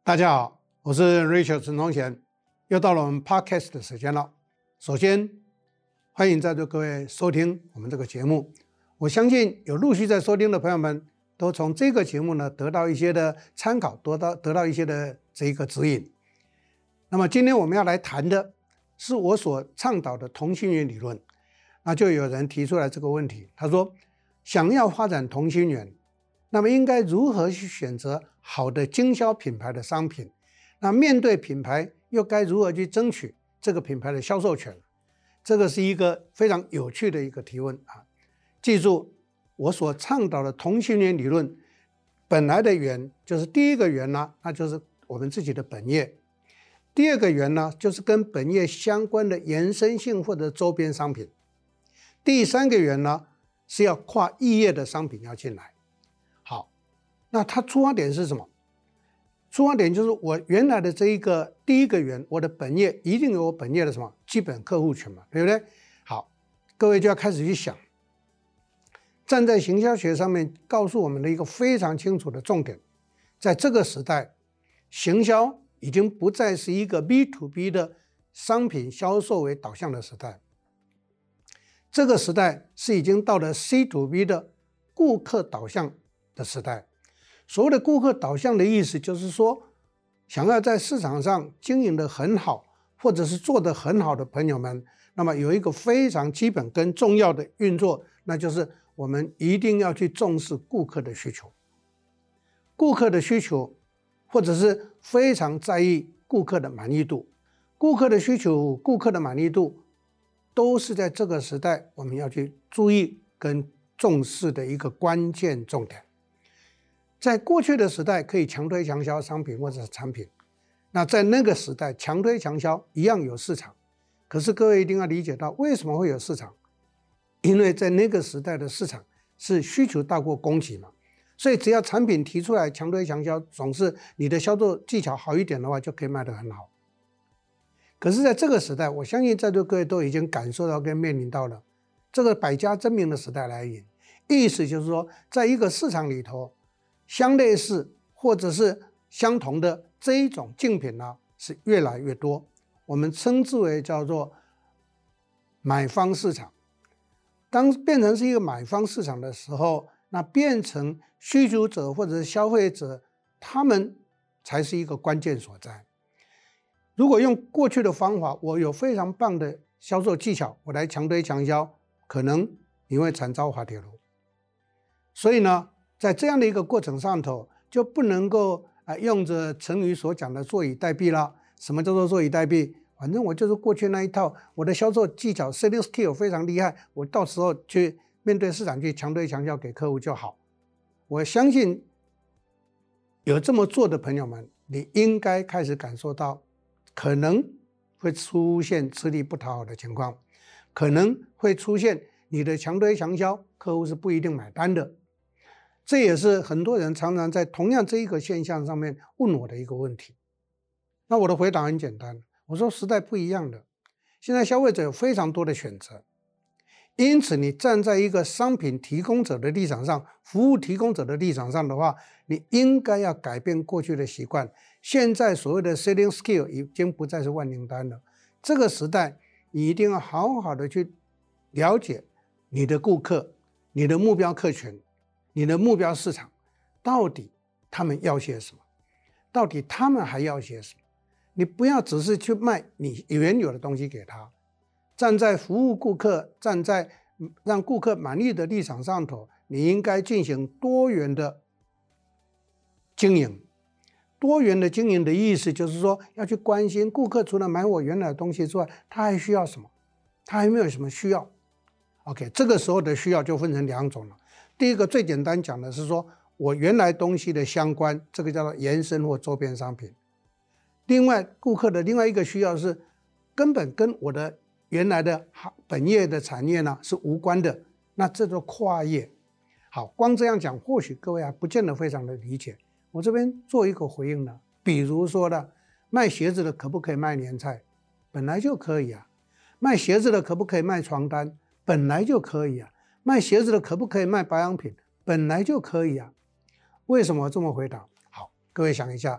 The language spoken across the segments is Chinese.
大家好，我是 Rachel 陈宗贤，又到了我们 Podcast 的时间了。首先，欢迎在座各位收听我们这个节目。我相信有陆续在收听的朋友们，都从这个节目呢得到一些的参考，得到一些的这一个指引。那么今天我们要来谈的是我所倡导的同心圆理论。那就有人提出来这个问题，他说，想要发展同心圆，那么应该如何去选择好的经销品牌的商品？那面对品牌又该如何去争取这个品牌的销售权？这个是一个非常有趣的一个提问啊！记住，我所倡导的同心圆理论，本来的圆就是第一个圆呢，那就是我们自己的本业；第二个圆呢，就是跟本业相关的延伸性或者周边商品；第三个圆呢，是要跨异业的商品要进来。好，那它出发点是什么？出发点就是我原来的这一个第一个圆，我的本业一定有我本业的什么基本客户群嘛，对不对？好，各位就要开始去想，站在行销学上面告诉我们的一个非常清楚的重点，在这个时代，行销已经不再是一个 B to B 的商品销售为导向的时代，这个时代是已经到了 C to B 的顾客导向的时代。所谓的顾客导向的意思就是说，想要在市场上经营得很好，或者是做得很好的朋友们，那么有一个非常基本跟重要的运作，那就是我们一定要去重视顾客的需求。顾客的需求，或者是非常在意顾客的满意度。顾客的需求、顾客的满意度，都是在这个时代我们要去注意跟重视的一个关键重点。在过去的时代可以强推强销商品或者是产品，那在那个时代强推强销一样有市场，可是各位一定要理解到为什么会有市场，因为在那个时代的市场是需求大过供给嘛，所以只要产品提出来强推强销，总是你的销售技巧好一点的话就可以卖得很好。可是在这个时代，我相信在座各位都已经感受到跟面临到了这个百家争鸣的时代来临，意思就是说在一个市场里头，相类似或者是相同的这一种竞品呢是越来越多，我们称之为叫做买方市场。当变成是一个买方市场的时候，那变成需求者或者是消费者，他们才是一个关键所在。如果用过去的方法，我有非常棒的销售技巧，我来强推强销，可能你会惨遭滑铁卢。所以呢，在这样的一个过程上头，就不能够用着成语所讲的坐以待毙了。什么叫做坐以待毙？反正我就是过去那一套，我的销售技巧 selling skill 非常厉害，我到时候去面对市场去强推强销给客户就好。我相信有这么做的朋友们，你应该开始感受到可能会出现吃力不讨好的情况，可能会出现你的强推强销客户是不一定买单的。这也是很多人常常在同样这一个现象上面问我的一个问题。那我的回答很简单，我说时代不一样了，现在消费者有非常多的选择，因此你站在一个商品提供者的立场上，服务提供者的立场上的话，你应该要改变过去的习惯。现在所谓的 selling skill 已经不再是万灵丹了，这个时代你一定要好好的去了解你的顾客、你的目标客群、你的目标市场，到底他们要些什么，到底他们还要些什么。你不要只是去卖你原有的东西给他，站在服务顾客、站在让顾客满意的立场上头，你应该进行多元的经营。多元的经营的意思就是说，要去关心顾客除了买我原来的东西之外，他还需要什么，他还没有什么需要。OK， 这个时候的需要就分成两种了。第一个最简单讲的是说，我原来东西的相关，这个叫做延伸或周边商品。另外，顾客的另外一个需要是根本跟我的原来的本业的产业呢是无关的，那这叫跨业。好，光这样讲，或许各位还不见得非常的理解。我这边做一个回应呢，比如说呢，卖鞋子的可不可以卖年菜？本来就可以啊。卖鞋子的可不可以卖床单？本来就可以啊。卖鞋子的可不可以卖保养品？本来就可以啊。为什么这么回答？好，各位想一下，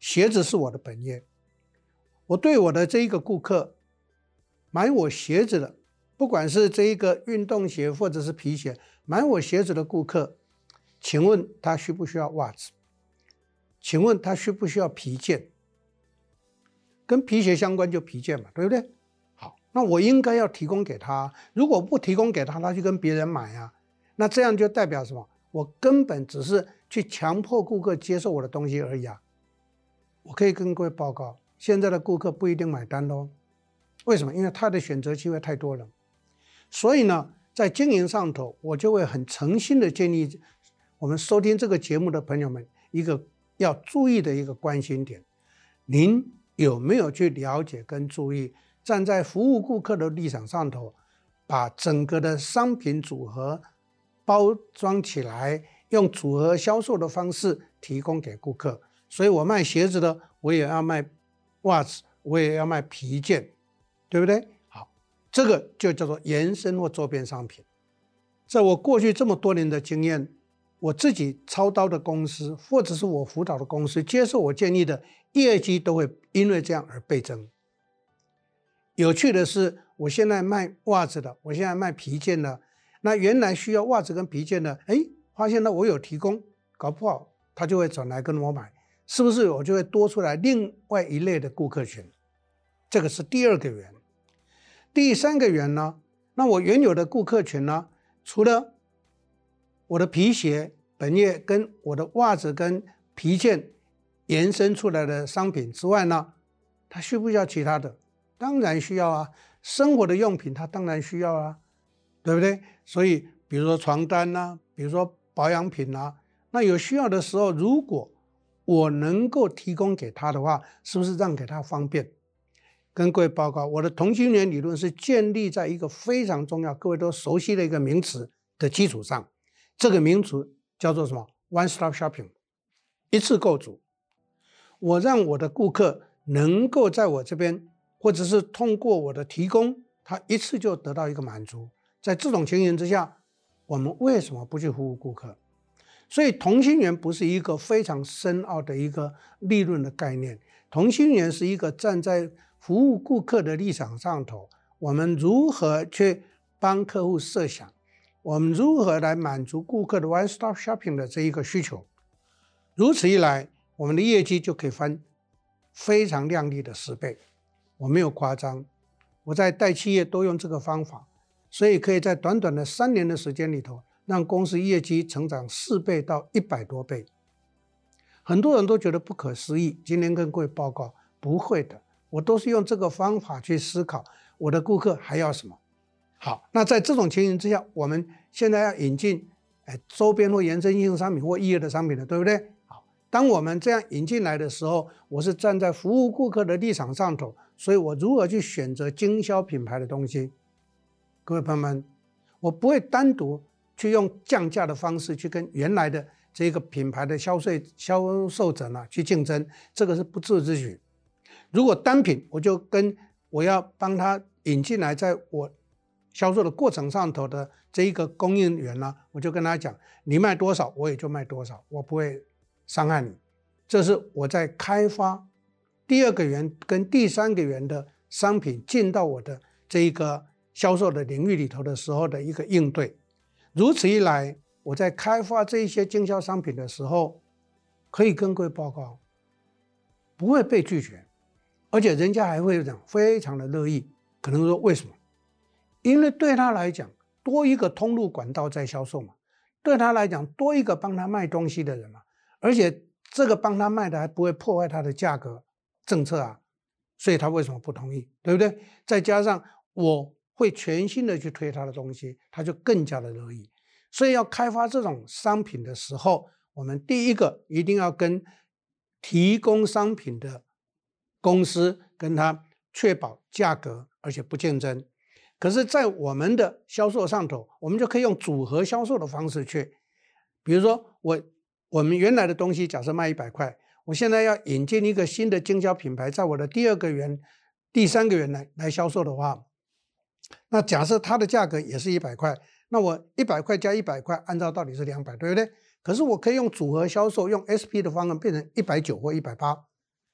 鞋子是我的本业，我对我的这一个顾客买我鞋子的，不管是这一个运动鞋或者是皮鞋，买我鞋子的顾客，请问他需不需要袜子？请问他需不需要皮件？跟皮鞋相关就皮件嘛，对不对？好，那我应该要提供给他，如果不提供给他，他去跟别人买啊，那这样就代表什么？我根本只是去强迫顾客接受我的东西而已啊。我可以跟各位报告，现在的顾客不一定买单咯。为什么？因为他的选择机会太多了。所以呢，在经营上头，我就会很诚心的建议我们收听这个节目的朋友们一个要注意的一个关心点：您有没有去了解跟注意，站在服务顾客的立场上头，把整个的商品组合包装起来，用组合销售的方式提供给顾客。所以我卖鞋子的，我也要卖袜子，我也要卖皮件，对不对？好，这个就叫做延伸或周边商品。在我过去这么多年的经验，我自己操刀的公司，或者是我辅导的公司，接受我建议的业绩都会因为这样而倍增。有趣的是，我现在卖袜子的，我现在卖皮件的，那原来需要袜子跟皮件的，发现我有提供，搞不好他就会转来跟我买，是不是我就会多出来另外一类的顾客群？这个是第二个源。第三个源呢，那我原有的顾客群呢，除了我的皮鞋本业跟我的袜子跟皮件延伸出来的商品之外呢，他需不需要其他的？当然需要啊，生活的用品他当然需要啊，对不对？所以比如说床单啊，比如说保养品啊，那有需要的时候，如果我能够提供给他的话，是不是让给他方便？跟各位报告，我的同心圆理论是建立在一个非常重要，各位都熟悉的一个名词的基础上。这个名词叫做什么 ？One Stop Shopping， 一次购足。我让我的顾客能够在我这边，或者是通过我的提供，他一次就得到一个满足。在这种情形之下，我们为什么不去服务顾客？所以同心圆不是一个非常深奥的一个利润的概念，同心圆是一个站在服务顾客的立场上头，我们如何去帮客户设想，我们如何来满足顾客的 one stop shopping 的这一个需求。如此一来，我们的业绩就可以翻非常亮丽的10倍。我没有夸张，我在带企业都用这个方法，所以可以在短短的3年的时间里头，让公司业绩成长4倍到100多倍。很多人都觉得不可思议，今天跟各位报告，不会的，我都是用这个方法去思考，我的顾客还要什么。好，那在这种情形之下，我们现在要引进周边或延伸性商品或异业的商品了，对不对？好，当我们这样引进来的时候，我是站在服务顾客的立场上头，所以我如何去选择经销品牌的东西？各位朋友们，我不会单独去用降价的方式去跟原来的这个品牌的销售者呢去竞争，这个是不智之举。如果单品，我要帮他引进来，在我销售的过程上头的这一个供应源呢，我就跟他讲，你卖多少我也就卖多少，我不会伤害你。这是我在开发第2个源跟第3个源的商品进到我的这一个销售的领域里头的时候的一个应对。如此一来，我在开发这一些经销商品的时候，可以跟各位报告，不会被拒绝，而且人家还会讲非常的乐意。可能说为什么？因为对他来讲，多一个通路管道在销售嘛，对他来讲多一个帮他卖东西的人嘛，而且这个帮他卖的还不会破坏他的价格政策啊，所以他为什么不同意？对不对？再加上我会全心的去推他的东西，他就更加的乐意。所以要开发这种商品的时候，我们第一个一定要跟提供商品的公司跟他确保价格，而且不竞争。可是在我们的销售上头，我们就可以用组合销售的方式去，比如说我们原来的东西假设卖100块，我现在要引进一个新的经销品牌，在我的第2个源、第3个源来销售的话，那假设它的价格也是100块，那我100块加100块，按照道理是200，对不对？可是我可以用组合销售，用 SP 的方案变成190或180，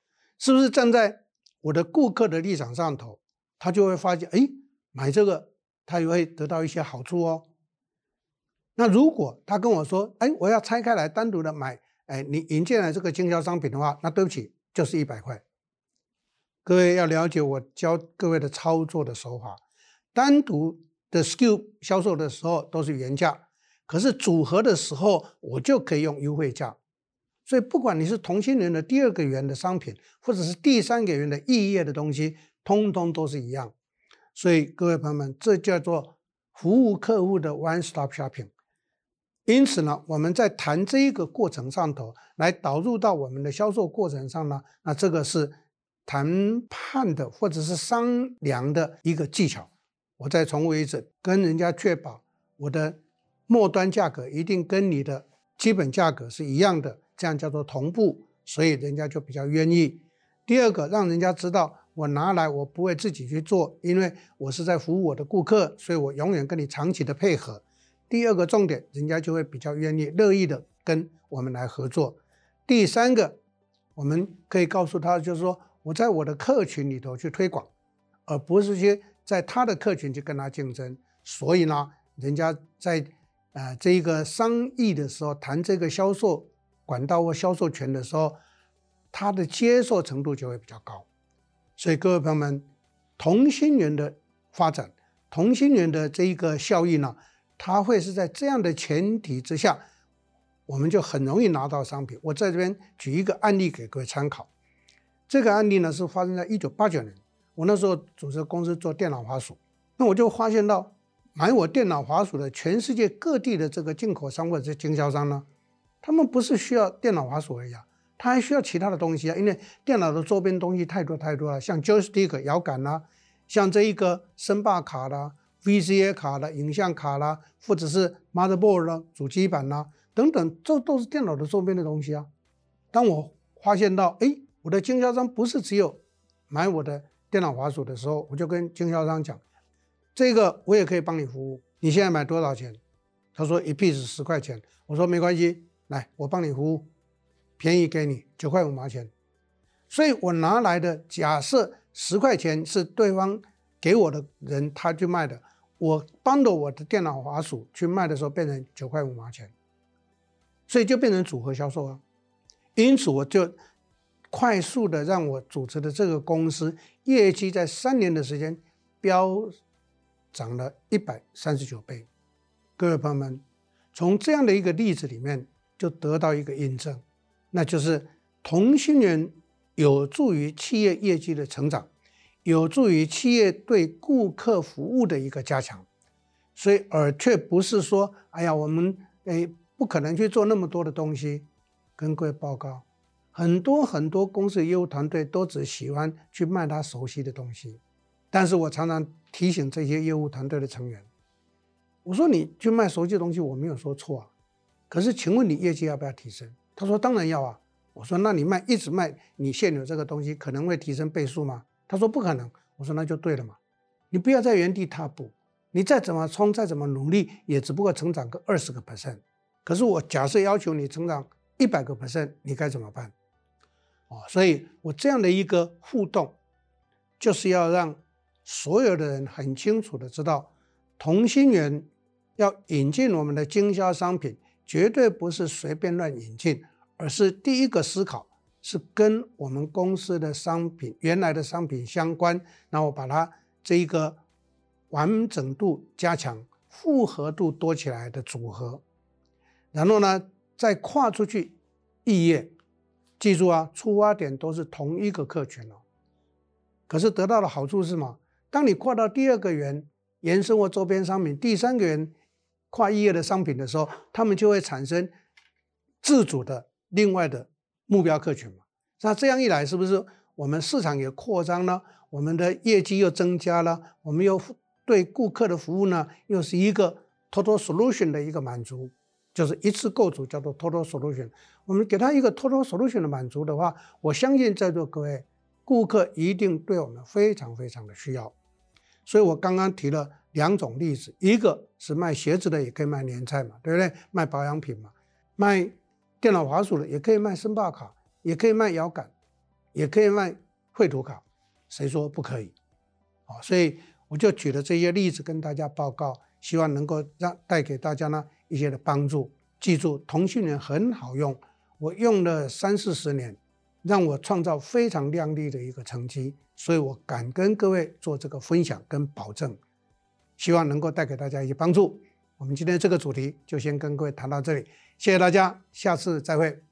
是不是站在我的顾客的立场上头，他就会发现，哎，买这个他也会得到一些好处哦。那如果他跟我说，哎，我要拆开来单独的买，哎，你引进来这个经销商品的话，那对不起，就是100块。各位要了解我教各位的操作的手法，单独的 SKU 销售的时候都是原价，可是组合的时候我就可以用优惠价。所以不管你是同心圆的第2个圆的商品，或者是第3个圆的异业的东西，通通都是一样。所以各位朋友们，这叫做服务客户的 one stop shopping。因此呢，我们在谈这一个过程上头，来导入到我们的销售过程上呢，那这个是谈判的或者是商量的一个技巧。我再重复一次，跟人家确保我的末端价格一定跟你的基本价格是一样的，这样叫做同步，所以人家就比较愿意。第2个，让人家知道我拿来我不会自己去做，因为我是在服务我的顾客，所以我永远跟你长期的配合。第2个重点，人家就会比较愿意乐意的跟我们来合作。第3个，我们可以告诉他，就是说我在我的客群里头去推广，而不是去在他的客群去跟他竞争。所以呢，人家在这一个商议的时候，谈这个销售管道或销售权的时候，他的接受程度就会比较高。所以各位朋友们，同心圆的发展，同心圆的这一个效益呢，它会是在这样的前提之下，我们就很容易拿到商品。我在这边举一个案例给各位参考。这个案例呢是发生在1989年，我那时候组织公司做电脑滑鼠，那我就发现到买我电脑滑鼠的全世界各地的这个进口商或者是经销商呢，他们不是需要电脑滑鼠而已啊，他还需要其他的东西啊，因为电脑的周边东西太多了，像 joystick 摇杆啦，像这一个声霸卡啦、VCA 卡啦、影像卡啦，或者是 motherboard 啦、主机板啦等等，这都是电脑的周边的东西啊。当我发现到，哎，我的经销商不是只有买我的电脑滑鼠的时候，我就跟经销商讲，这个我也可以帮你服务，你现在买多少钱？他说一 piece 10块钱，我说没关系，来我帮你服务，便宜给你9块5毛钱。所以我拿来的假设10块钱是对方给我的人他去卖的，我帮着我的电脑滑鼠去卖的时候变成9块5毛钱，所以就变成组合销售啊。因此我就快速的让我主持的这个公司业绩在3年的时间飙涨了139倍。各位朋友们，从这样的一个例子里面就得到一个印证，那就是同心圆有助于企业业绩的成长，有助于企业对顾客服务的一个加强。所以而却不是说，哎呀，我们不可能去做那么多的东西。跟各位报告，很多公司的业务团队都只喜欢去卖他熟悉的东西。但是我常常提醒这些业务团队的成员，我说你去卖熟悉的东西我没有说错啊，可是请问你业绩要不要提升？他说当然要啊。我说那你一直卖你现有这个东西可能会提升倍数吗？他说不可能。我说那就对了嘛，你不要在原地踏步，你再怎么冲再怎么努力也只不过成长个20%，可是我假设要求你成长100%，你该怎么办？所以我这样的一个互动就是要让所有的人很清楚的知道，同心圆要引进我们的经销商品绝对不是随便乱引进，而是第一个思考是跟我们公司的商品原来的商品相关，然后把它这一个完整度加强，复合度多起来的组合，然后呢再跨出去异业。记住啊，出发点都是同一个客群哦。可是得到的好处是什么？当你跨到第2个圆延伸或周边商品，第3个圆跨异业的商品的时候，他们就会产生自主的另外的目标客群嘛。那这样一来，是不是我们市场也扩张了，我们的业绩又增加了，我们又对顾客的服务呢又是一个 total solution 的一个满足，就是一次购足，叫做 total solution。我们给他一个 total solution 的满足的话，我相信在座各位顾客一定对我们非常非常的需要。所以我刚刚提了2种例子，一个是卖鞋子的也可以卖年菜嘛，对不对？卖保养品嘛，卖电脑滑鼠的也可以卖声霸卡，也可以卖摇杆。 也可以卖绘图卡，谁说不可以？所以我就举了这些例子跟大家报告，希望能够带给大家呢一些的帮助。记住，同心圆很好用，我用了30-40年，让我创造非常亮丽的一个成绩，所以我敢跟各位做这个分享跟保证，希望能够带给大家一些帮助。我们今天这个主题就先跟各位谈到这里，谢谢大家，下次再会。